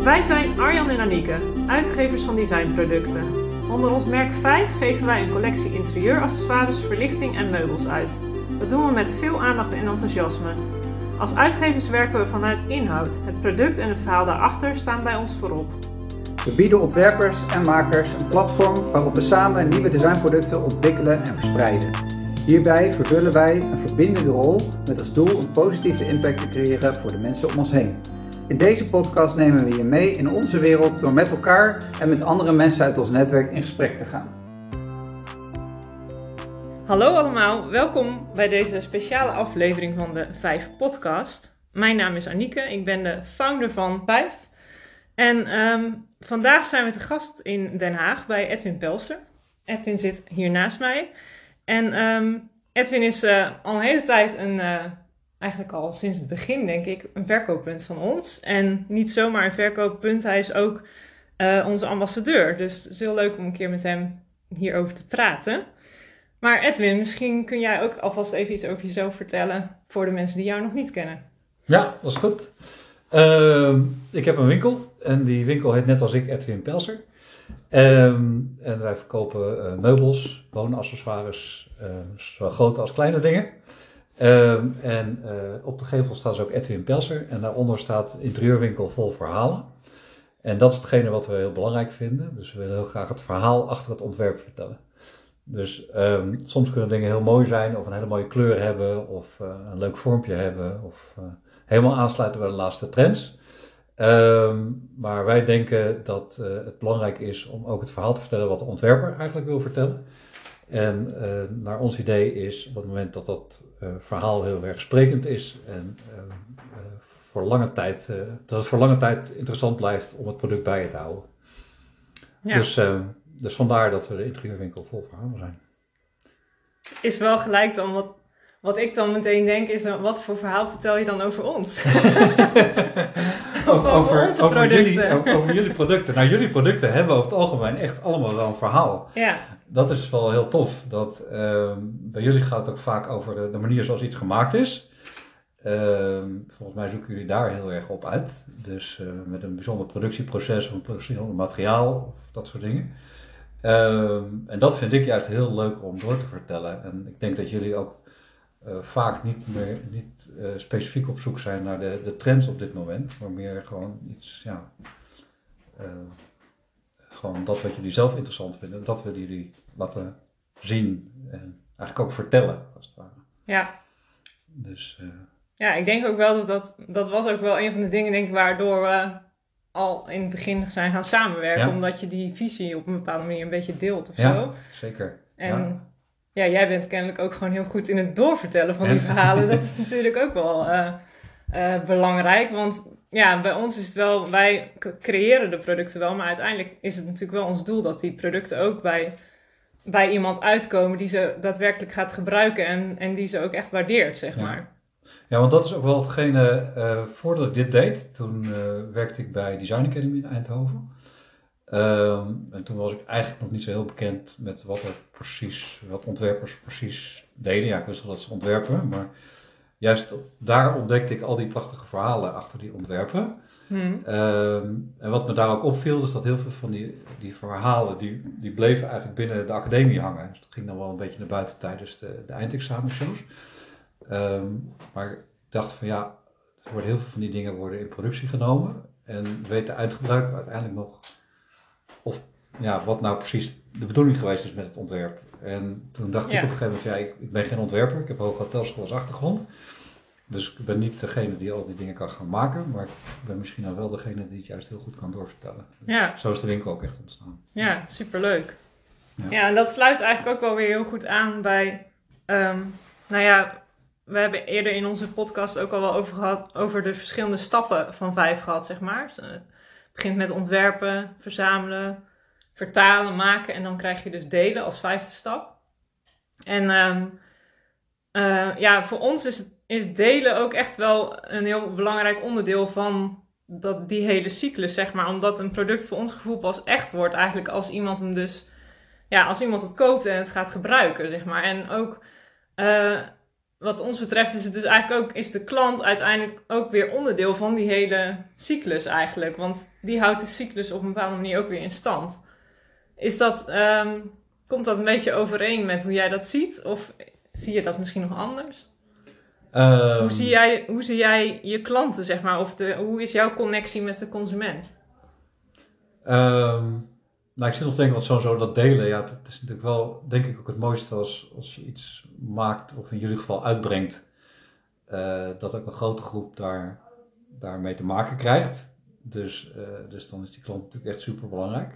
Wij zijn Arjan en Anieke, uitgevers van designproducten. Onder ons merk 5 geven wij een collectie interieuraccessoires, verlichting en meubels uit. Dat doen we met veel aandacht en enthousiasme. Als uitgevers werken we vanuit inhoud. Het product en het verhaal daarachter staan bij ons voorop. We bieden ontwerpers en makers een platform waarop we samen nieuwe designproducten ontwikkelen en verspreiden. Hierbij vervullen wij een verbindende rol met als doel een positieve impact te creëren voor de mensen om ons heen. In deze podcast nemen we je mee in onze wereld door met elkaar en met andere mensen uit ons netwerk in gesprek te gaan. Hallo allemaal, welkom bij deze speciale aflevering van de 5 podcast. Mijn naam is Anieke, ik ben de founder van 5. En vandaag zijn we te gast in Den Haag bij Edwin Pelser. Edwin zit hier naast mij. En Edwin is al een hele tijd eigenlijk al sinds het begin denk ik, een verkooppunt van ons. En niet zomaar een verkooppunt, hij is ook onze ambassadeur. Dus het is heel leuk om een keer met hem hierover te praten. Maar Edwin, misschien kun jij ook alvast even iets over jezelf vertellen voor de mensen die jou nog niet kennen. Ja, dat is goed. Ik heb een winkel en die winkel heet net als ik Edwin Pelser. En wij verkopen meubels, woonaccessoires, zowel grote als kleine dingen. Op de gevel staat dus ook Edwin Pelser en daaronder staat interieurwinkel vol verhalen. En dat is hetgene wat we heel belangrijk vinden. Dus we willen heel graag het verhaal achter het ontwerp vertellen. Dus soms kunnen dingen heel mooi zijn of een hele mooie kleur hebben of een leuk vormpje hebben of helemaal aansluiten bij de laatste trends. Maar wij denken dat het belangrijk is om ook het verhaal te vertellen wat de ontwerper eigenlijk wil vertellen. En naar ons idee is op het moment dat dat verhaal heel erg sprekend is en voor lange tijd, dat het voor lange tijd interessant blijft om het product bij je te houden. Ja. Dus vandaar dat we de interieurwinkel vol verhalen zijn. Is wel gelijk dan wat ik dan meteen denk is, wat voor verhaal vertel je dan over ons? over onze producten. Over jullie producten. Nou, jullie producten hebben over het algemeen echt allemaal wel een verhaal. Ja. Dat is wel heel tof. Dat, bij jullie gaat het ook vaak over de manier zoals iets gemaakt is. Volgens mij zoeken jullie daar heel erg op uit. Dus met een bijzonder productieproces of een bijzonder materiaal of dat soort dingen. En dat vind ik juist heel leuk om door te vertellen. En ik denk dat jullie ook vaak niet specifiek op zoek zijn naar de trends op dit moment. Maar meer gewoon iets, gewoon dat wat jullie zelf interessant vinden. Dat willen jullie laten zien en eigenlijk ook vertellen, als het ware. Ja. Dus, ja, ik denk ook wel dat was ook wel een van de dingen, denk ik, waardoor we al in het begin zijn gaan samenwerken. Ja. Omdat je die visie op een bepaalde manier een beetje deelt of ja, zo. Zeker. En ja, jij bent kennelijk ook gewoon heel goed in het doorvertellen van die verhalen. Dat is natuurlijk ook wel belangrijk. Want ja, bij ons is het wel, wij creëren de producten wel. Maar uiteindelijk is het natuurlijk wel ons doel dat die producten ook bij iemand uitkomen die ze daadwerkelijk gaat gebruiken. En die ze ook echt waardeert, zeg maar. Ja, want dat is ook wel hetgene, voordat ik dit deed, toen werkte ik bij Design Academy in Eindhoven. En toen was ik eigenlijk nog niet zo heel bekend met wat ontwerpers precies deden. Ja, ik wist wel dat ze ontwerpen, maar juist daar ontdekte ik al die prachtige verhalen achter die ontwerpen. En wat me daar ook opviel, is dat heel veel van die verhalen, die bleven eigenlijk binnen de academie hangen. Dus dat ging dan wel een beetje naar buiten tijdens de eindexamenshows. Maar ik dacht van er worden heel veel van die dingen worden in productie genomen. En weet de eindgebruiker uiteindelijk nog wat nou precies de bedoeling geweest is met het ontwerp. En toen dacht ik op een gegeven moment, ik ben geen ontwerper, ik heb hoge hotelschool als achtergrond. Dus ik ben niet degene die al die dingen kan gaan maken, maar ik ben misschien nou wel degene die het juist heel goed kan doorvertellen. Dus zo is de winkel ook echt ontstaan. Ja, superleuk. Ja, en dat sluit eigenlijk ook wel weer heel goed aan bij, we hebben eerder in onze podcast ook al wel over de verschillende stappen van 5 gehad, zeg maar. Dus, het begint met ontwerpen, verzamelen, vertalen, maken en dan krijg je dus delen als 5e stap. En voor ons is delen ook echt wel een heel belangrijk onderdeel van die hele cyclus, zeg maar. Omdat een product voor ons gevoel pas echt wordt eigenlijk als iemand hem als iemand het koopt en het gaat gebruiken, zeg maar. En ook wat ons betreft is het dus eigenlijk ook, is de klant uiteindelijk ook weer onderdeel van die hele cyclus eigenlijk. Want die houdt de cyclus op een bepaalde manier ook weer in stand. Komt dat een beetje overeen met hoe jij dat ziet? Of zie je dat misschien nog anders? Hoe zie jij je klanten, zeg maar? Of hoe is jouw connectie met de consument? Ik zit nog te denken, wat sowieso dat delen, ja, dat is natuurlijk wel, denk ik, ook het mooiste als je iets maakt, of in jullie geval uitbrengt, dat ook een grote groep daarmee te maken krijgt. Dus dan is die klant natuurlijk echt super belangrijk.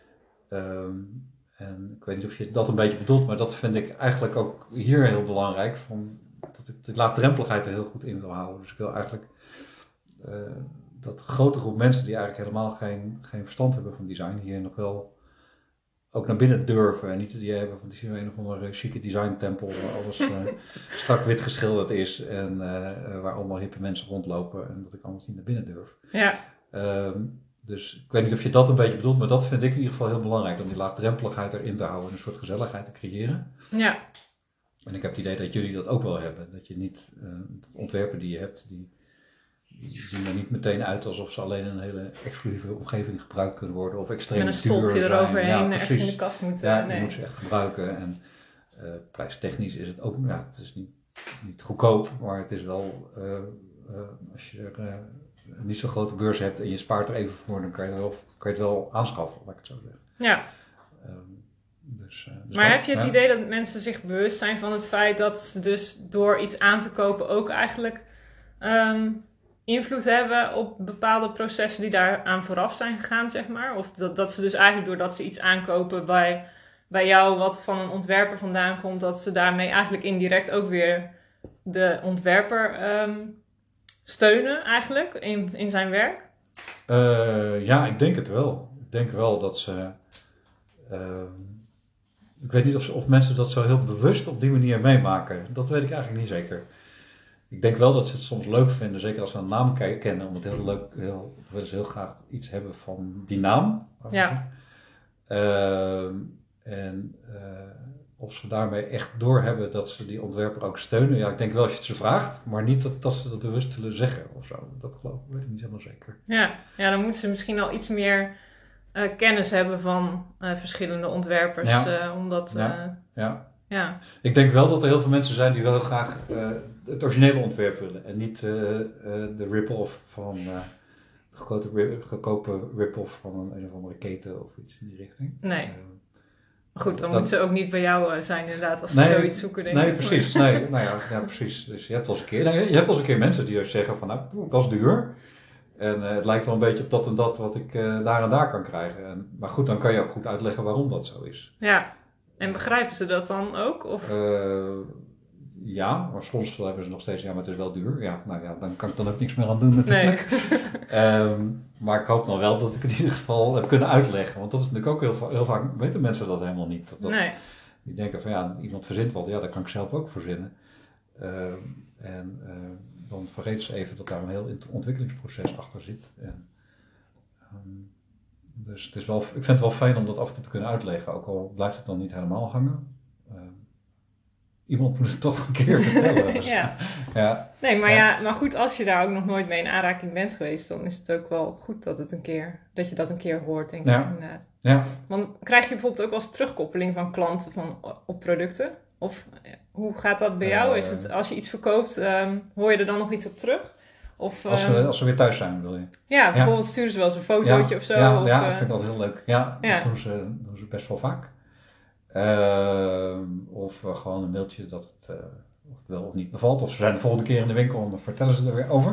En ik weet niet of je dat een beetje bedoelt, maar dat vind ik eigenlijk ook hier heel belangrijk, dat ik de laagdrempeligheid er heel goed in wil houden. Dus ik wil eigenlijk dat een grote groep mensen die eigenlijk helemaal geen verstand hebben van design, hier nog wel ook naar binnen durven. En niet het idee hebben van, het is hier een of andere chique designtempel waar alles strak wit geschilderd is en waar allemaal hippe mensen rondlopen en dat ik anders niet naar binnen durf. Ja. Dus ik weet niet of je dat een beetje bedoelt, maar dat vind ik in ieder geval heel belangrijk, om die laagdrempeligheid erin te houden en een soort gezelligheid te creëren. Ja. En ik heb het idee dat jullie dat ook wel hebben. Dat je niet, ontwerpen die je hebt, die zien er niet meteen uit alsof ze alleen in een hele exclusieve omgeving gebruikt kunnen worden of extreem duur zijn. Met een stolpje eroverheen, echt in de kast moeten. Ja, je moet ze echt gebruiken. En prijstechnisch is het ook, het is niet goedkoop, maar het is wel, als je er niet zo'n grote beurs hebt en je spaart er even voor, dan kan je het wel aanschaffen, laat ik het zo zeggen. Ja. Maar heb je het idee dat mensen zich bewust zijn van het feit dat ze dus door iets aan te kopen ook eigenlijk invloed hebben op bepaalde processen die daaraan vooraf zijn gegaan, zeg maar? Of dat ze dus eigenlijk doordat ze iets aankopen bij jou wat van een ontwerper vandaan komt, dat ze daarmee eigenlijk indirect ook weer de ontwerper steunen eigenlijk in zijn werk? Ja, ik denk het wel. Ik denk wel dat ze... ik weet niet of mensen dat zo heel bewust op die manier meemaken. Dat weet ik eigenlijk niet zeker. Ik denk wel dat ze het soms leuk vinden, zeker als ze een naam kennen, om het heel leuk, willen ze heel graag iets hebben van die naam. Ja. Of ze daarmee echt doorhebben dat ze die ontwerper ook steunen. Ja, ik denk wel als je het ze vraagt, maar niet dat ze dat bewust zullen zeggen of zo. Dat weet ik niet helemaal zeker. Ja, dan moeten ze misschien al iets meer kennis hebben van verschillende ontwerpers. Ja. Ik denk wel dat er heel veel mensen zijn die wel heel graag het originele ontwerp willen. En niet de rip-off van de goedkope rip-off van een of andere keten of iets in die richting. Nee. Goed, dan moeten ze ook niet bij jou zijn inderdaad als ze zoiets zoeken. Denk ik. Precies. Precies. Dus je hebt wel eens een keer mensen die zeggen van, dat is duur. En het lijkt wel een beetje op dat en dat wat ik daar en daar kan krijgen. Maar goed, dan kan je ook goed uitleggen waarom dat zo is. Ja, en begrijpen ze dat dan ook? Of? Ja, maar soms hebben ze nog steeds, maar het is wel duur. Ja, dan kan ik dan ook niks meer aan doen natuurlijk. Nee. Maar ik hoop dan wel dat ik het in ieder geval heb kunnen uitleggen. Want dat is natuurlijk ook heel vaak, weten mensen dat helemaal niet. Nee. Die denken van iemand verzint wat, dat kan ik zelf ook verzinnen. Dan vergeten ze even dat daar een heel ontwikkelingsproces achter zit. Dus het is wel, ik vind het wel fijn om dat af en toe te kunnen uitleggen, ook al blijft het dan niet helemaal hangen. Iemand moet het toch een keer vertellen. Dus, ja. Nee, maar goed, als je daar ook nog nooit mee in aanraking bent geweest, dan is het ook wel goed dat je dat een keer hoort, denk ik inderdaad. Ja. Want krijg je bijvoorbeeld ook wel eens terugkoppeling van klanten op producten? Of hoe gaat dat bij jou? Is het, als je iets verkoopt, hoor je er dan nog iets op terug? Of, als we weer thuis zijn, bedoel je? Ja, bijvoorbeeld sturen ze wel eens een fotootje of zo. Ja, dat vind ik altijd heel leuk. Ja, dat doen ze best wel vaak. Of gewoon een mailtje dat het wel of niet bevalt. Of ze zijn de volgende keer in de winkel en dan vertellen ze er weer over.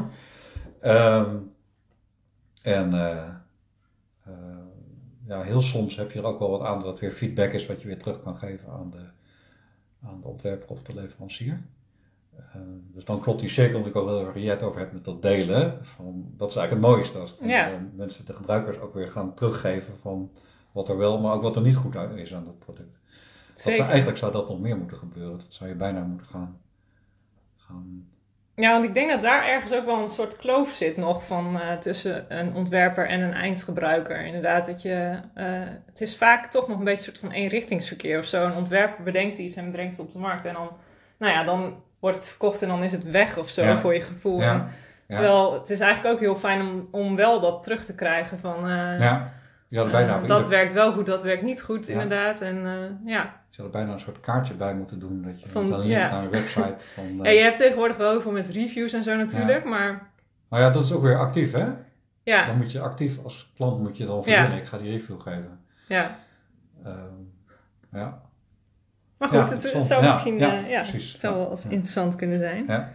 Heel soms heb je er ook wel wat aan dat het weer feedback is wat je weer terug kan geven aan de ontwerper of de leverancier. Dus dan klopt die cirkel natuurlijk ook wel waar jij het over hebt met dat delen. Dat is eigenlijk het mooiste als mensen, de gebruikers ook weer gaan teruggeven van wat er wel, maar ook wat er niet goed is aan dat product. Eigenlijk zou dat nog meer moeten gebeuren. Dat zou je bijna moeten gaan. Ja, want ik denk dat daar ergens ook wel een soort kloof zit nog van tussen een ontwerper en een eindgebruiker. Inderdaad, het is vaak toch nog een beetje een soort van eenrichtingsverkeer of zo. Een ontwerper bedenkt iets en brengt het op de markt. En dan wordt het verkocht en dan is het weg of zo Ja. voor je gevoel. Ja. En, terwijl het is eigenlijk ook heel fijn om wel dat terug te krijgen van... Je had er bijna, dat werkt wel goed, dat werkt niet goed, inderdaad. En je had er bijna een soort kaartje bij moeten doen. Dat je Van, dan link naar een website. Van, je hebt tegenwoordig wel heel veel met reviews en zo natuurlijk, maar... Maar ja, dat is ook weer actief, hè? Ja. Dan moet je actief als klant moet je dan verzinnen. Ik ga die review geven. Ja. Ja. Maar goed, het zou misschien precies. zou wel eens interessant kunnen zijn. Ja.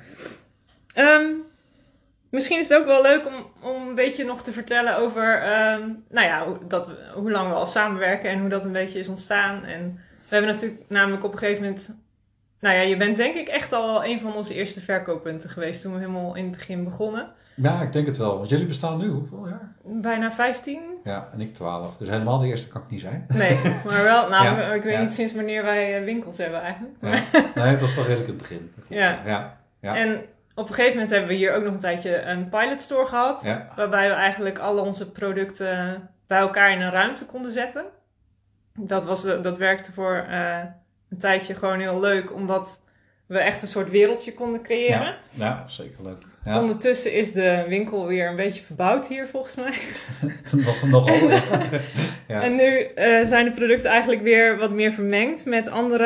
Misschien is het ook wel leuk om een beetje nog te vertellen over hoe lang we al samenwerken en hoe dat een beetje is ontstaan. En we hebben natuurlijk namelijk op een gegeven moment... Nou ja, je bent denk ik echt al een van onze eerste verkooppunten geweest toen we helemaal in het begin begonnen. Ja, ik denk het wel. Want jullie bestaan nu hoeveel jaar? Bijna 15. Ja, en ik 12. Dus helemaal de eerste kan ik niet zijn. Nee, maar wel. Ik weet niet sinds wanneer wij winkels hebben eigenlijk. Ja. Nee, het was wel redelijk in het begin. Ja. En op een gegeven moment hebben we hier ook nog een tijdje een pilot store gehad. Ja. Waarbij we eigenlijk al onze producten bij elkaar in een ruimte konden zetten. Dat werkte voor een tijdje gewoon heel leuk, omdat we echt een soort wereldje konden creëren. Ja, zeker leuk. Ja. Ondertussen is de winkel weer een beetje verbouwd hier volgens mij. Nogal. Ja. En nu zijn de producten eigenlijk weer wat meer vermengd met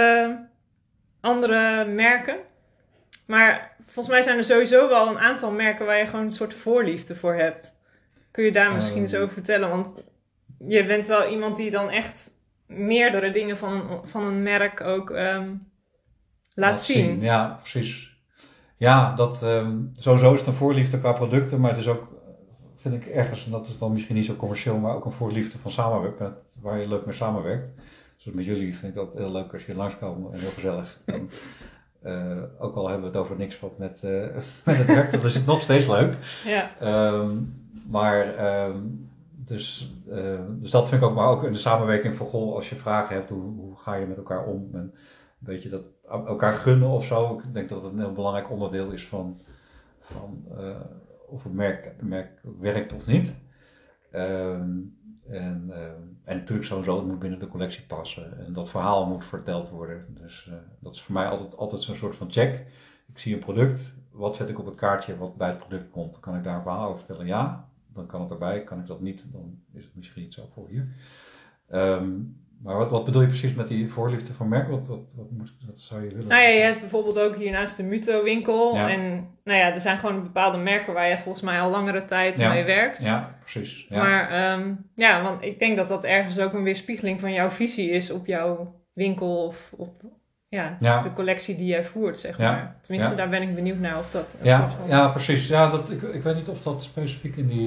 andere merken. Maar volgens mij zijn er sowieso wel een aantal merken waar je gewoon een soort voorliefde voor hebt. Kun je daar misschien eens over vertellen? Want je bent wel iemand die dan echt meerdere dingen van een merk ook laat zien. Ja, precies. Ja, dat sowieso is het een voorliefde qua producten, maar het is ook, vind ik ergens, en dat is dan misschien niet zo commercieel, maar ook een voorliefde van samenwerken, waar je leuk mee samenwerkt. Zoals met jullie vind ik dat heel leuk als je langskomt en heel gezellig. En, ook al hebben we het over niks wat met het werk, dat is het nog steeds leuk. Ja. Dus dat vind ik ook, maar ook in de samenwerking van goh, als je vragen hebt, hoe ga je met elkaar om? En weet je, dat elkaar gunnen of zo. Ik denk dat het een heel belangrijk onderdeel is van of het merk werkt of niet. En natuurlijk sowieso, het moet binnen de collectie passen. En dat verhaal moet verteld worden. Dus dat is voor mij altijd zo'n soort van check. Ik zie een product, wat zet ik op het kaartje wat bij het product komt? Kan ik daar een verhaal over vertellen? Ja, dan kan het erbij. Kan ik dat niet, dan is het misschien niet zo voor hier. Maar wat bedoel je precies met die voorliefde voor merk? Wat zou je willen? Nou ja, je hebt bijvoorbeeld ook hiernaast de Muto-winkel. Ja. En nou ja, er zijn gewoon bepaalde merken waar je volgens mij al langere tijd mee werkt. Ja, precies. Ja. Maar want ik denk dat dat ergens ook een weerspiegeling van jouw visie is op jouw winkel of op de collectie die jij voert, zeg maar. Tenminste, daar ben ik benieuwd naar of dat... Ja, precies. Ja, ik weet niet of dat specifiek in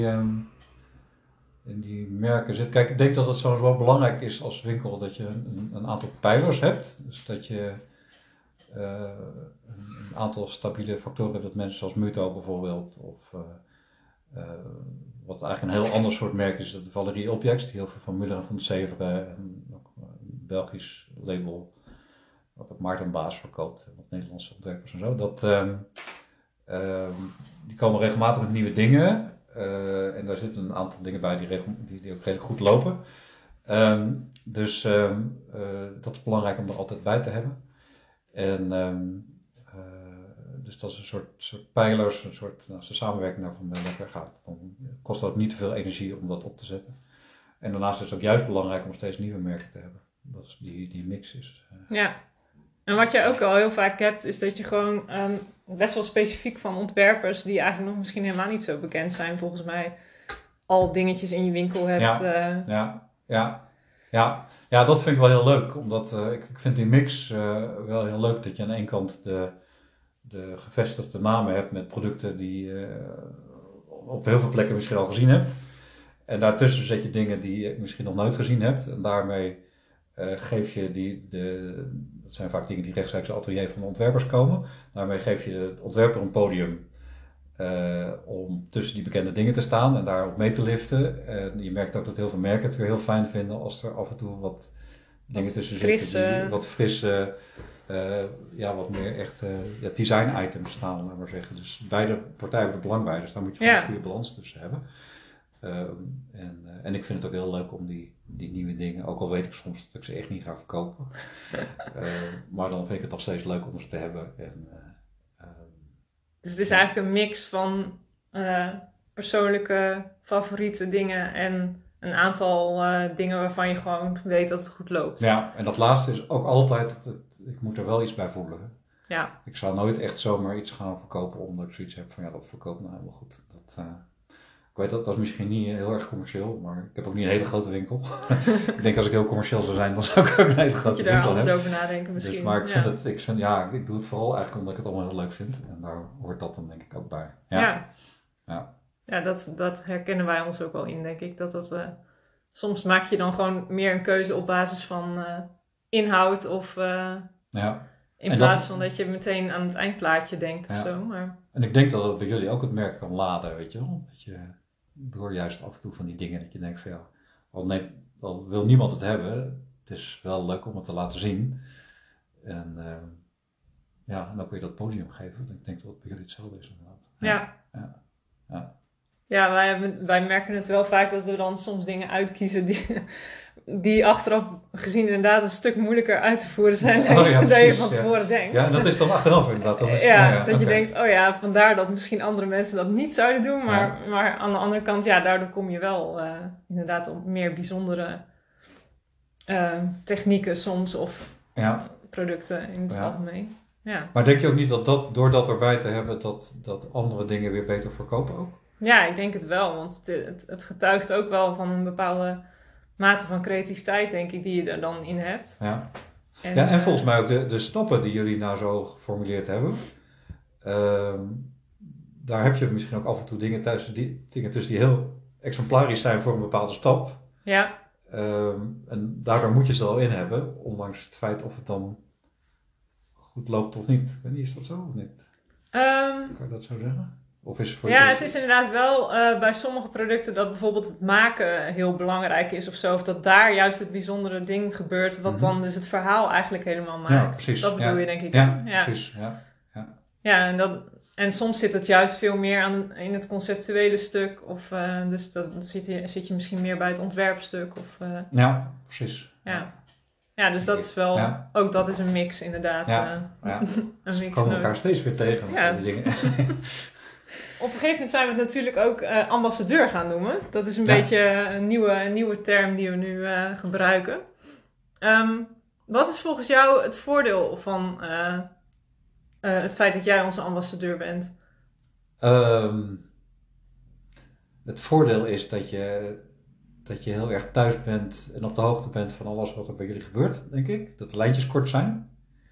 die merken zit. Kijk, ik denk dat het sowieso wel belangrijk is als winkel dat je een aantal pijlers hebt. Dus dat je een aantal stabiele factoren hebt, dat mensen zoals Muto bijvoorbeeld, of wat eigenlijk een heel ander soort merk is, dat de Valerie Objects, die heel veel van Muller en van de Sevre, en ook een Belgisch label, wat ook Maarten Baas verkoopt, en wat Nederlandse ontwerpers en zo. Die komen regelmatig met nieuwe dingen. En daar zitten een aantal dingen bij die ook redelijk goed lopen. Dus dat is belangrijk om er altijd bij te hebben. En dus dat is een soort pijlers, als de samenwerking daarvan lekker gaat, dan kost het ook niet te veel energie om dat op te zetten. En daarnaast is het ook juist belangrijk om steeds nieuwe merken te hebben. Dat is die mix is. Ja. En wat je ook al heel vaak hebt, is dat je gewoon best wel specifiek van ontwerpers die eigenlijk nog misschien helemaal niet zo bekend zijn, volgens mij, al dingetjes in je winkel hebt. Ja, dat vind ik wel heel leuk, omdat ik vind die mix wel heel leuk, dat je aan de ene kant de gevestigde namen hebt met producten die je op heel veel plekken misschien al gezien hebt. En daartussen zet je dingen die je misschien nog nooit gezien hebt. En daarmee geef je dat zijn vaak dingen die rechtstreeks uit het atelier van de ontwerpers komen. Daarmee geef je de ontwerper een podium om tussen die bekende dingen te staan en daarop mee te liften. En je merkt ook dat heel veel merken het weer heel fijn vinden als er af en toe wat dingen tussen zitten. Die wat frisse, wat meer echt design items staan, laten we maar zeggen. Dus beide partijen hebben er belang bij, dus daar moet je gewoon een goede balans tussen hebben. En ik vind het ook heel leuk om die nieuwe dingen, ook al weet ik soms dat ik ze echt niet ga verkopen. Maar dan vind ik het nog steeds leuk om ze te hebben. Dus het is eigenlijk een mix van persoonlijke favoriete dingen en een aantal dingen waarvan je gewoon weet dat het goed loopt. Ja, en dat laatste is ook altijd, ik moet er wel iets bij voelen. Ja. Ik zou nooit echt zomaar iets gaan verkopen omdat ik zoiets heb van dat verkoopt nou helemaal goed. Ik weet dat is misschien niet heel erg commercieel, maar ik heb ook niet een hele grote winkel. Ik denk als ik heel commercieel zou zijn, dan zou ik ook een hele grote winkel hebben. Moet je daar anders over nadenken misschien. Dus, maar ik doe het vooral eigenlijk omdat ik het allemaal heel leuk vind. En daar hoort dat dan denk ik ook bij. Ja, dat herkennen wij ons ook wel in, denk ik. Soms maak je dan gewoon meer een keuze op basis van inhoud of in plaats van dat je meteen aan het eindplaatje denkt of zo. Maar... En ik denk dat het bij jullie ook het merk kan laden, weet je wel. Dat je door juist af en toe van die dingen dat je denkt van al wil niemand het hebben, het is wel leuk om het te laten zien. En dan kun je dat podium geven. Ik denk dat het bij jullie hetzelfde is inderdaad. Ja, wij merken het wel vaak dat we dan soms dingen uitkiezen die achteraf gezien inderdaad een stuk moeilijker uit te voeren zijn dan je van tevoren denkt. Ja, en dat is dan achteraf inderdaad. Dat je denkt, vandaar dat misschien andere mensen dat niet zouden doen, maar aan de andere kant, daardoor kom je wel inderdaad op meer bijzondere technieken soms of producten in het algemeen. Ja. Maar denk je ook niet dat door dat erbij te hebben, dat andere dingen weer beter verkopen ook? Ja, ik denk het wel, want het getuigt ook wel van een bepaalde mate van creativiteit, denk ik, die je er dan in hebt. Ja, en volgens mij ook de stappen die jullie nou zo geformuleerd hebben, daar heb je misschien ook af en toe dingen tussen die heel exemplarisch zijn voor een bepaalde stap. Ja. En daardoor moet je ze al in hebben, ondanks het feit of het dan goed loopt of niet. Ik weet niet, is dat zo of niet? Kan je dat zo zeggen? Of is het voor het is inderdaad wel bij sommige producten dat bijvoorbeeld het maken heel belangrijk is of zo. Of dat daar juist het bijzondere ding gebeurt, wat dan dus het verhaal eigenlijk helemaal maakt. Ja, precies. Dat bedoel je denk ik. Ja, precies. Ja, en soms zit het juist veel meer in het conceptuele stuk. Of dus dan zit je misschien meer bij het ontwerpstuk. Ja, precies. Ja, dus dat is wel, ook dat is een mix inderdaad. Een mix. We komen elkaar steeds weer tegen met die dingen. Op een gegeven moment zijn we het natuurlijk ook ambassadeur gaan noemen. Dat is een beetje een nieuwe term die we nu gebruiken. Wat is volgens jou het voordeel van het feit dat jij onze ambassadeur bent? Het voordeel is dat je heel erg thuis bent en op de hoogte bent van alles wat er bij jullie gebeurt, denk ik. Dat de lijntjes kort zijn.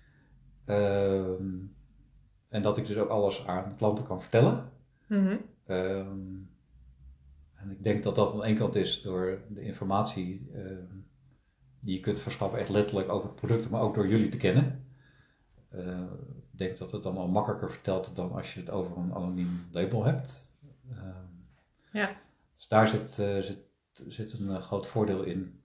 En dat ik dus ook alles aan klanten kan vertellen. Mm-hmm. En ik denk dat aan één kant is door de informatie die je kunt verschaffen, echt letterlijk over producten, maar ook door jullie te kennen. Ik denk dat het dan al makkelijker vertelt dan als je het over een anoniem label hebt. Dus daar zit een groot voordeel in.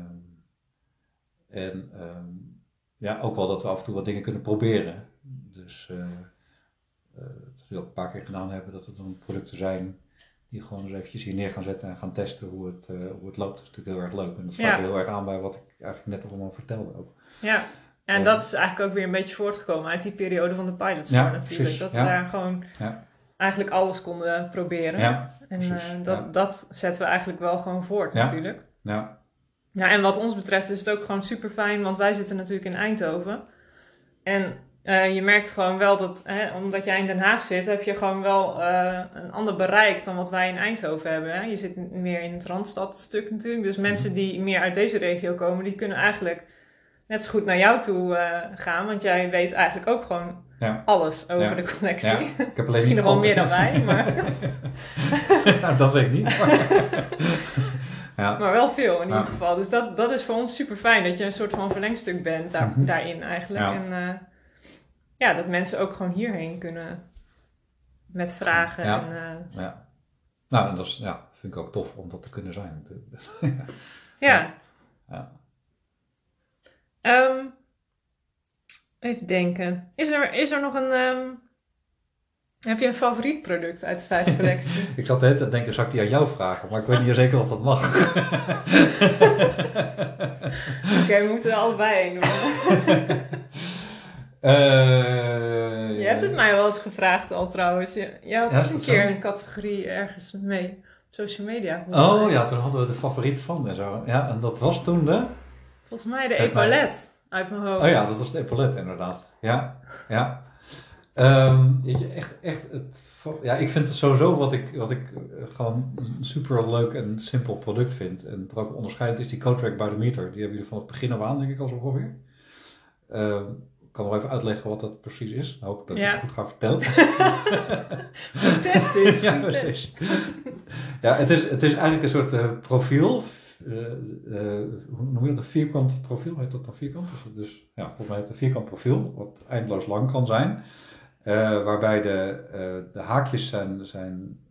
Ook wel dat we af en toe wat dingen kunnen proberen. Dus dat we ook een paar keer gedaan hebben, dat er dan producten zijn die gewoon eens eventjes hier neer gaan zetten en gaan testen hoe het loopt. Dat is natuurlijk heel erg leuk. En dat staat heel erg aan bij wat ik eigenlijk net allemaal vertelde ook. Ja, en dat is eigenlijk ook weer een beetje voortgekomen uit die periode van de Pilot Store natuurlijk. Precies, dat we daar gewoon eigenlijk alles konden proberen. Ja, en dat zetten we eigenlijk wel gewoon voort natuurlijk. Ja. Ja, en wat ons betreft is het ook gewoon super fijn, want wij zitten natuurlijk in Eindhoven. En je merkt gewoon wel dat, omdat jij in Den Haag zit, heb je gewoon wel een ander bereik dan wat wij in Eindhoven hebben. Hè? Je zit meer in het Randstadstuk natuurlijk. Dus mensen die meer uit deze regio komen, die kunnen eigenlijk net zo goed naar jou toe gaan. Want jij weet eigenlijk ook gewoon alles over de collectie. Ja. Ik heb alleen misschien nog wel meer dan wij. Maar... dat weet ik niet. Maar wel veel in ieder geval. Dus dat is voor ons super fijn. Dat je een soort van verlengstuk bent daarin eigenlijk. Ja. En dat mensen ook gewoon hierheen kunnen met vragen. Nou, en dat vind ik ook tof om dat te kunnen zijn natuurlijk. Even denken. Is er nog een... Heb je een favoriet product uit de 5 collectie? Ik zat net te denken, zou ik die aan jou vragen? Maar ik weet niet zeker of dat mag. Oké, we moeten er allebei een doen. Je hebt het mij wel eens gevraagd al trouwens. Je had Ja, ook is een dat keer zo? een categorie ergens mee op social media. volgens mij. Oh ja, toen hadden we de favoriet van en zo. Ja, en dat was toen de... Volgens mij de Geef mij- epaulet uit mijn hoofd. Oh ja, dat was de epaulet inderdaad. Ja, ja. Weet je, echt ja, ik vind het sowieso wat ik gewoon een super leuk en simpel product vind. En wat ook onderscheidend is die Cotrack by the meter. Die hebben jullie van het begin af aan, denk ik, al zo ongeveer. Ik kan nog even uitleggen wat dat precies is. Nou, hoop ik dat ik het goed ga vertellen. Test dit. Ja, precies. Ja, het is eigenlijk een soort profiel. Hoe noem je dat? Een vierkant profiel, heet dat dan vierkant? Dus ja, volgens mij het een vierkant profiel, wat eindeloos lang kan zijn. Waarbij de haakjes zijn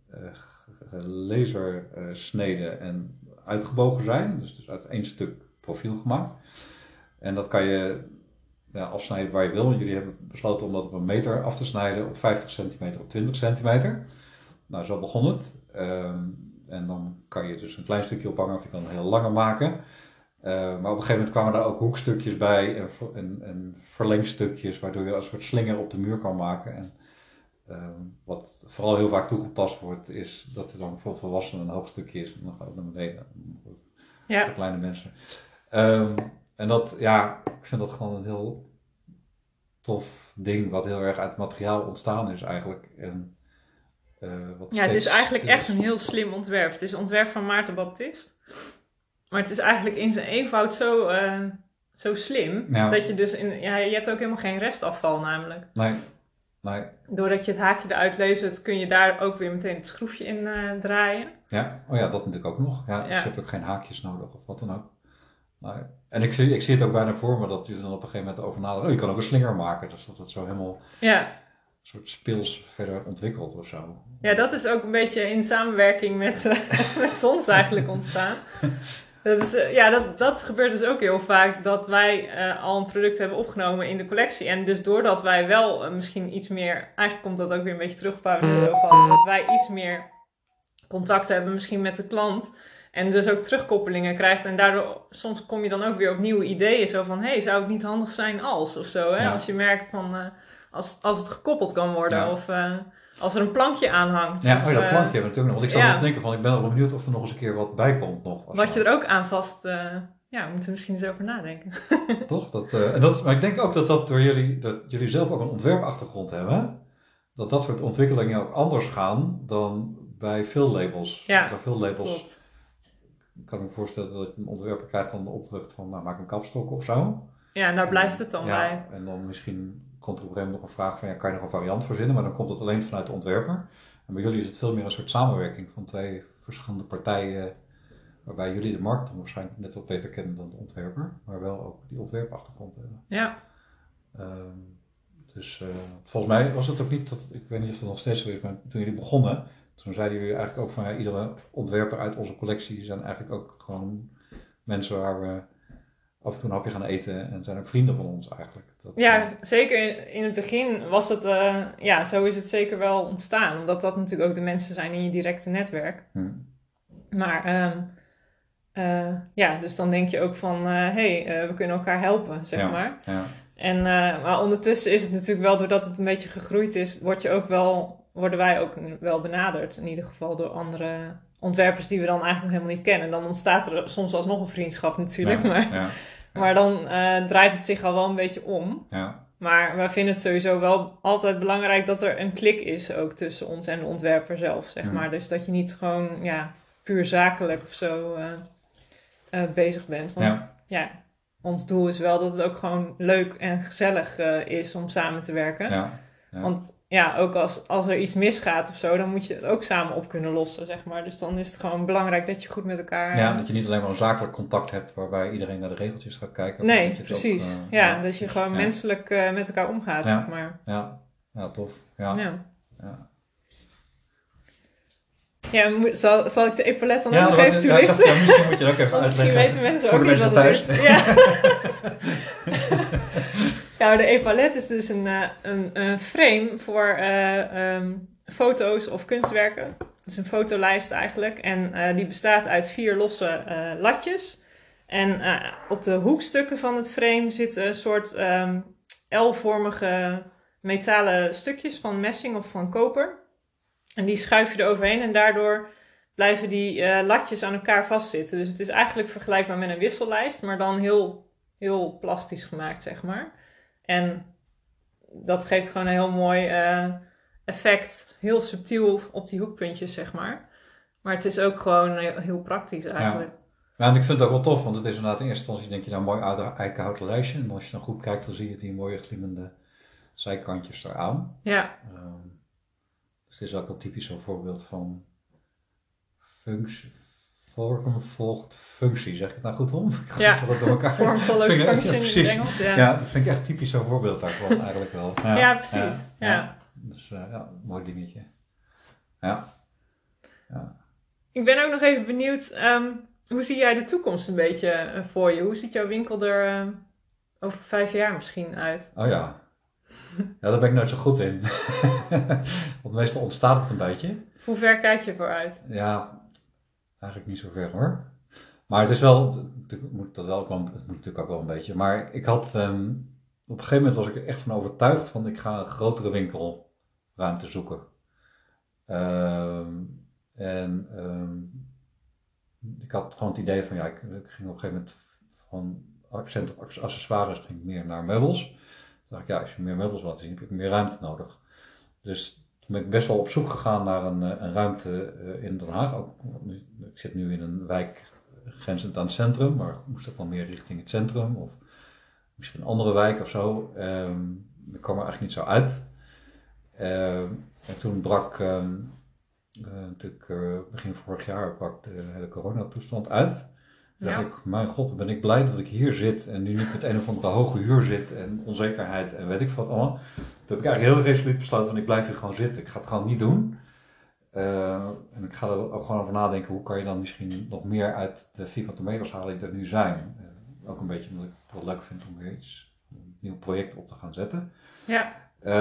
lasersneden en uitgebogen zijn. Dus uit één stuk profiel gemaakt. En dat kan je afsnijden waar je wil. Jullie hebben besloten om dat op een meter af te snijden, op 50 centimeter, op 20 centimeter. Nou, zo begon het. En dan kan je dus een klein stukje ophangen of je kan een heel lange maken. Maar op een gegeven moment kwamen daar ook hoekstukjes bij en verlengstukjes, waardoor je een soort slinger op de muur kan maken. En wat vooral heel vaak toegepast wordt, is dat er dan voor volwassenen een hoog stukje is en dan gaat het naar beneden. Voor kleine mensen. En dat, ja, ik vind dat gewoon een heel tof ding, wat heel erg uit materiaal ontstaan is eigenlijk. En, het is eigenlijk echt een heel slim ontwerp. Het is een ontwerp van Maarten Baptist. Maar het is eigenlijk in zijn eenvoud zo slim. Ja. Dat je dus, je hebt ook helemaal geen restafval namelijk. Nee. Doordat je het haakje eruit leest, kun je daar ook weer meteen het schroefje in draaien. Ja, oh ja, dat natuurlijk ook nog. Ja, dus je hebt ook geen haakjes nodig of wat dan ook. Nee. En ik zie het ook bijna voor me dat je dan op een gegeven moment over nadenkt. Oh, je kan ook een slinger maken. Dus dat het zo helemaal een soort speels verder ontwikkelt of zo. Ja, dat is ook een beetje in samenwerking met ons eigenlijk ontstaan. Dat gebeurt dus ook heel vaak, dat wij al een product hebben opgenomen in de collectie. En dus doordat wij wel misschien iets meer, eigenlijk komt dat ook weer een beetje terug op waar we het over hadden, dat wij iets meer contact hebben misschien met de klant. En dus ook terugkoppelingen krijgt. En daardoor, soms kom je dan ook weer op nieuwe ideeën. Zo van, zou het niet handig zijn als? Of zo, hè? Ja. Als je merkt van, als het gekoppeld kan worden. Ja. Of als er een plankje aan hangt. Ja, dat plankje hebben we natuurlijk nog. Want ik zat te denken van, ik ben wel benieuwd of er nog eens een keer wat bij komt nog. Wat je er ook aan vast, we moeten misschien eens over nadenken. Toch? Maar ik denk ook dat door jullie zelf ook een ontwerpachtergrond hebben. Dat soort ontwikkelingen ook anders gaan dan bij veel labels. Ja, bij veel labels klopt. Kan ik me voorstellen dat een ontwerper krijgt dan de opdracht van, maak een kapstok of zo. Ja, en daar blijft het dan bij. En dan misschien komt er op een gegeven moment nog een vraag van, kan je nog een variant verzinnen? Maar dan komt het alleen vanuit de ontwerper. En bij jullie is het veel meer een soort samenwerking van twee verschillende partijen, waarbij jullie de markt dan waarschijnlijk net wat beter kennen dan de ontwerper, maar wel ook die ontwerpachtergrond hebben. Ja. Dus volgens mij was het ook niet, ik weet niet of het nog steeds zo is, maar toen jullie begonnen, toen zeiden jullie eigenlijk ook van, iedere ontwerper uit onze collectie zijn eigenlijk ook gewoon mensen waar we af en toe een hapje gaan eten en zijn ook vrienden van ons eigenlijk. Zeker in het begin was het, zo is het zeker wel ontstaan. Omdat dat natuurlijk ook de mensen zijn in je directe netwerk. Maar dus dan denk je ook van, we kunnen elkaar helpen, zeg maar. Ja. En, maar ondertussen is het natuurlijk wel, doordat het een beetje gegroeid is, worden wij ook wel benaderd. In ieder geval door andere ontwerpers die we dan eigenlijk nog helemaal niet kennen. Dan ontstaat er soms alsnog een vriendschap natuurlijk. Maar dan draait het zich al wel een beetje om. Ja. Maar we vinden het sowieso wel altijd belangrijk dat er een klik is ook tussen ons en de ontwerper zelf, zeg maar. Dus dat je niet gewoon puur zakelijk of zo bezig bent. Want ons doel is wel dat het ook gewoon leuk en gezellig is om samen te werken. Ja. Want ook als er iets misgaat of zo, dan moet je het ook samen op kunnen lossen, zeg maar. Dus dan is het gewoon belangrijk dat je goed met elkaar... Ja, dat je niet alleen maar een zakelijk contact hebt waarbij iedereen naar de regeltjes gaat kijken. Nee, precies. Ook, dat je gewoon menselijk met elkaar omgaat, zeg maar. Ja, tof. Ja, zal ik de epaulet dan ook nog even toelichten? Misschien moet je dat ook even uitleggen. Misschien weten mensen ook niet wat het is. Ja, de epaulet is dus een frame voor foto's of kunstwerken. Het is een fotolijst eigenlijk. En die bestaat uit 4 losse latjes. En op de hoekstukken van het frame zit een soort L-vormige metalen stukjes van messing of van koper. En die schuif je eroverheen en daardoor blijven die latjes aan elkaar vastzitten. Dus het is eigenlijk vergelijkbaar met een wissellijst, maar dan heel, heel plastisch gemaakt, zeg maar. En dat geeft gewoon een heel mooi effect. Heel subtiel op die hoekpuntjes, zeg maar. Maar het is ook gewoon heel praktisch eigenlijk. Ja, en ik vind het ook wel tof, want het is inderdaad in eerste instantie denk je nou mooi eikenhouten lijstje. En als je dan goed kijkt, dan zie je die mooie glimmende zijkantjes eraan. Ja. Dus dit is ook wel typisch zo'n voorbeeld van vorm volgt functie. Zeg ik het nou goed om? Ja, dat door elkaar. Form follows function in het Engels. Ja, dat vind ik echt typisch zo'n voorbeeld daarvan eigenlijk wel. Ja, precies. Ja. Dus mooi dingetje. Ja. Ik ben ook nog even benieuwd, hoe zie jij de toekomst een beetje voor je? Hoe ziet jouw winkel er over 5 jaar misschien uit? Oh ja. Ja, daar ben ik nooit zo goed in. Want meestal ontstaat het een beetje. Hoe ver kijk je vooruit? Ja, eigenlijk niet zo ver hoor. Maar het is wel, het moet natuurlijk ook wel een beetje. Maar ik had, op een gegeven moment was ik er echt van overtuigd van ik ga een grotere winkelruimte zoeken. Ik had gewoon het idee van ja, ik ging op een gegeven moment van accent op accessoires ging ik meer naar meubels. Toen dacht ik ja, als je meer meubels wilt zien, heb ik meer ruimte nodig. Dus toen ben ik best wel op zoek gegaan naar een ruimte in Den Haag. Ik zit nu in een wijk grenzend aan het centrum, maar moest dat dan meer richting het centrum of misschien een andere wijk of zo. Dat kwam er eigenlijk niet zo uit. En toen brak natuurlijk begin vorig jaar brak de hele coronatoestand uit. Toen dacht ik, mijn god, dan ben ik blij dat ik hier zit en nu niet met een of andere hoge huur zit en onzekerheid en weet ik wat allemaal. Toen heb ik eigenlijk heel resoluut besloten van ik blijf hier gewoon zitten. Ik ga het gewoon niet doen. En ik ga er ook gewoon over nadenken hoe kan je dan misschien nog meer uit de vierkante meters halen die er nu zijn. Ook een beetje omdat ik het wel leuk vind om weer een nieuw project op te gaan zetten. Ja.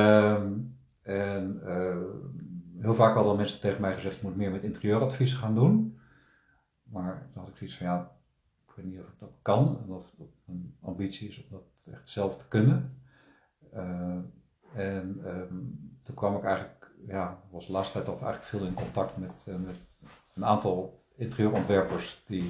Heel vaak hadden mensen tegen mij gezegd je moet meer met interieuradvies gaan doen. Maar toen had ik zoiets van ja, ik weet niet of ik dat kan en of dat een ambitie is om dat echt zelf te kunnen. Toen kwam ik eigenlijk, was de laatste tijd al eigenlijk veel in contact met een aantal interieurontwerpers die,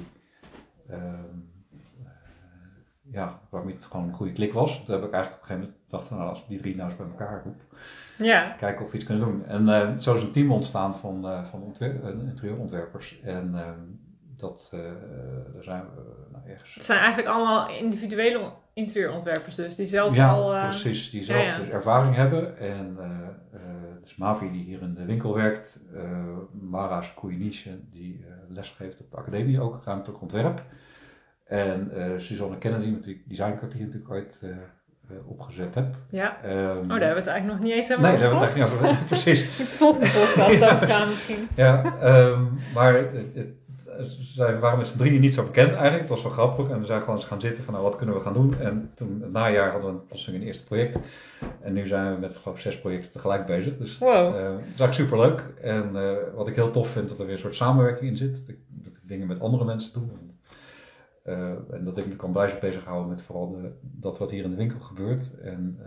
waarmee het gewoon een goede klik was. Toen heb ik eigenlijk op een gegeven moment gedacht van als die 3 nou eens bij elkaar roep, kijken of we iets kunnen doen. En zo is een team ontstaan van interieurontwerpers. En daar zijn we ergens. Het zijn eigenlijk allemaal individuele interieurontwerpers dus, die zelf precies, die zelf dus ervaring hebben. En dus Mavi die hier in de winkel werkt, Mara Skujnice die lesgeeft op de academie, ook ruimtelijk ontwerp. En Suzanne Kennedy, met wie designkwartier natuurlijk ooit opgezet heb. Ja, daar hebben we het eigenlijk nog niet eens helemaal over gehad. Nee, daar hebben we het eigenlijk niet over. Precies. Moet de volgende podcast over gaan misschien. Ja, maar zij waren met z'n drieën niet zo bekend eigenlijk. Het was wel grappig. En we zijn gewoon eens gaan zitten van nou, wat kunnen we gaan doen. En toen het najaar hadden we plotseling een eerste project. En nu zijn we met geloof ik 6 projecten tegelijk bezig. Dus het is eigenlijk superleuk. En wat ik heel tof vind, dat er weer een soort samenwerking in zit. Dat ik dingen met andere mensen doe. En dat ik me kan blijven bezighouden met vooral dat wat hier in de winkel gebeurt. En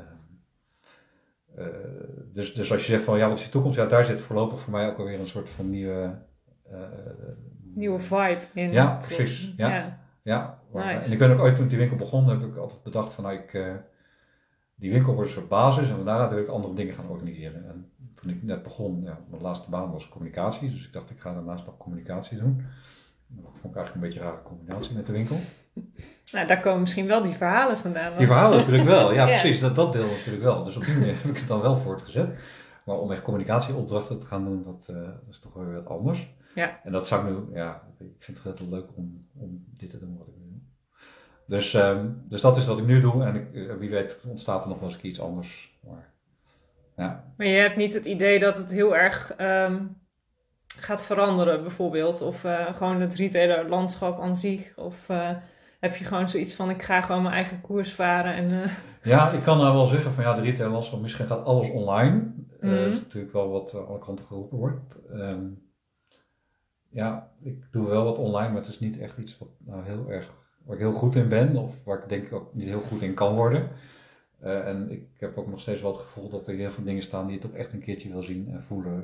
dus als je zegt van wat is je toekomst? Ja, daar zit voorlopig voor mij ook alweer een soort van nieuwe vibe in. Ja, precies. Ja. Nice. En ik ben ook ooit toen ik die winkel begon, heb ik altijd bedacht van die winkel wordt een soort basis en daarna wil ik andere dingen gaan organiseren. En toen ik net begon, mijn laatste baan was communicatie, dus ik dacht ik ga daarnaast nog communicatie doen. Dat vond ik eigenlijk een beetje een rare combinatie met de winkel. Nou, daar komen misschien wel die verhalen vandaan. Die verhalen natuurlijk wel, ja precies, dat deel natuurlijk wel. Dus op die manier heb ik het dan wel voortgezet. Maar om echt communicatieopdrachten te gaan doen, dat is toch wel weer wat anders. Ja. En dat zou ik nu, ik vind het heel leuk om dit te doen wat ik nu doe. Dus dat is wat ik nu doe en wie weet ontstaat er nog wel eens iets anders. Maar je hebt niet het idee dat het heel erg gaat veranderen bijvoorbeeld? Of gewoon het retailerlandschap aan zich? Of heb je gewoon zoiets van ik ga gewoon mijn eigen koers varen? En, Ja, ik kan nou wel zeggen van de retailerlandschap, misschien gaat alles online. Dat is natuurlijk wel wat aan alle kanten geroepen wordt. Ik doe wel wat online, maar het is niet echt iets wat nou heel erg, waar ik heel goed in ben. Of waar ik denk ook niet heel goed in kan worden. En ik heb ook nog steeds wel het gevoel dat er heel veel dingen staan die je toch echt een keertje wil zien en voelen.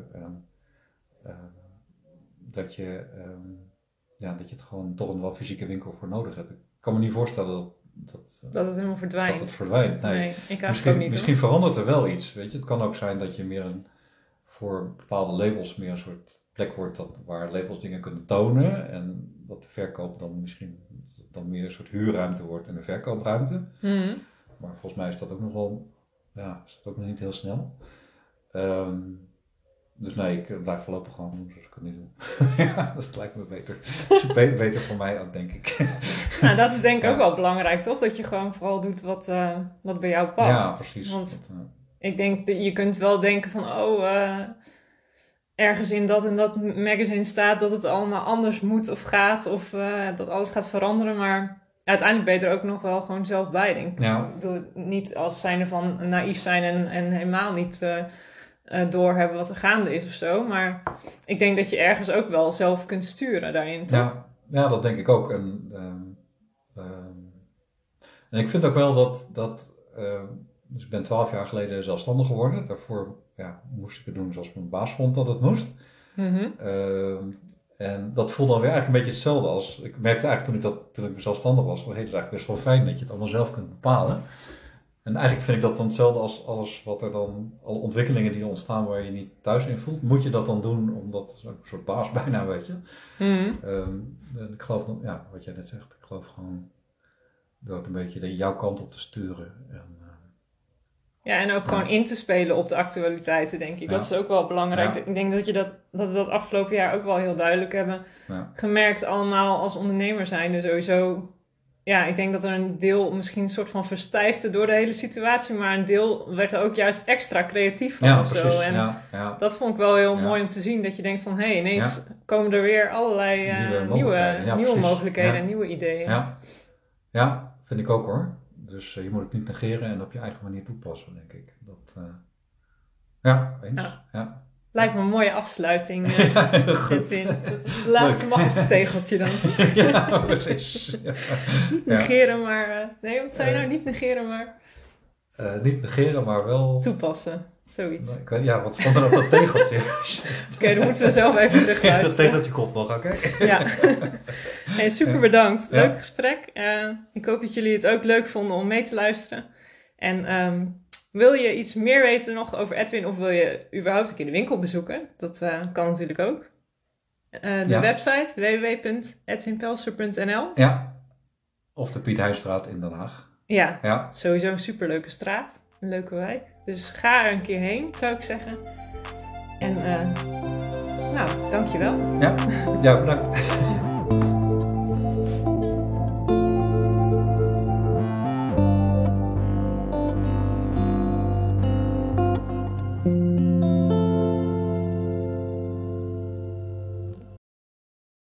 Dat je het gewoon toch een wel fysieke winkel voor nodig hebt. Ik kan me niet voorstellen dat het helemaal verdwijnt. Dat het verdwijnt. Nee, ik eigenlijk ook niet. Misschien verandert er wel iets. Weet je? Het kan ook zijn dat je meer voor bepaalde labels meer een soort plek wordt waar labels dingen kunnen tonen. En dat de verkoop dan misschien meer een soort huurruimte wordt en een verkoopruimte. Mm-hmm. Maar volgens mij is dat ook nog wel, is dat ook nog niet heel snel. Dus nee, ik blijf voorlopig gewoon doen zoals ik het nu doe. Ja, dat lijkt me beter. Beter voor mij ook, denk ik. Nou, dat is denk ik ook wel belangrijk, toch? Dat je gewoon vooral doet wat bij jou past. Ja, precies. Want ik denk, je kunt wel denken van, ergens in dat en dat magazine staat dat het allemaal anders moet of gaat. Of dat alles gaat veranderen, maar uiteindelijk ben je er ook nog wel gewoon zelf bij, denk ik. Ja. Ik bedoel, niet als zijnde van naïef zijn en helemaal niet doorhebben wat er gaande is of zo. Maar ik denk dat je ergens ook wel zelf kunt sturen daarin, toch? Ja, dat denk ik ook. En ik vind ook wel dat dus ik ben 12 jaar geleden zelfstandig geworden. Daarvoor moest ik het doen zoals mijn baas vond dat het moest. Mm-hmm. En dat voelde dan weer eigenlijk een beetje hetzelfde als... Ik merkte eigenlijk toen ik zelfstandig was, het is eigenlijk best wel fijn dat je het allemaal zelf kunt bepalen. En eigenlijk vind ik dat dan hetzelfde als alles wat er dan, alle ontwikkelingen die er ontstaan waar je niet thuis in voelt, moet je dat dan doen omdat een soort baas bijna, weet je. Mm-hmm. Ik geloof dan, wat jij net zegt, ik geloof gewoon door het een beetje jouw kant op te sturen. En ook gewoon in te spelen op de actualiteiten, denk ik. Ja. Dat is ook wel belangrijk. Ja. Ik denk dat we dat afgelopen jaar ook wel heel duidelijk hebben gemerkt, allemaal als ondernemer zijnde sowieso. Ja, ik denk dat er een deel misschien een soort van verstijfde door de hele situatie, maar een deel werd er ook juist extra creatief van of precies. zo. En dat vond ik wel heel mooi om te zien, dat je denkt van, ineens komen er weer allerlei nieuwe mogelijkheden en nieuwe ideeën. Ja, vind ik ook hoor. Dus je moet het niet negeren en op je eigen manier toepassen, denk ik. Eens. Ja. Lijkt me een mooie afsluiting, Edwin. Het laatste mag op het tegeltje dan. Ja, precies. Niet negeren, maar... wat zei je nou? Niet negeren, maar... Niet negeren, maar wel... Toepassen, zoiets. Ik weet, wat stond er op dat tegeltje? Oké, dan moeten we zelf even terugluisteren. Dat tegeltje komt nog, oké? Ja. Hey, super bedankt. Leuk gesprek. Ik hoop dat jullie het ook leuk vonden om mee te luisteren. En wil je iets meer weten nog over Edwin of wil je überhaupt een keer de winkel bezoeken? Dat kan natuurlijk ook. De website www.edwinpelser.nl. Ja, of de Piet Huisstraat in Den Haag. Ja, sowieso een superleuke straat. Een leuke wijk. Dus ga er een keer heen, zou ik zeggen. En dankjewel. Ja, bedankt.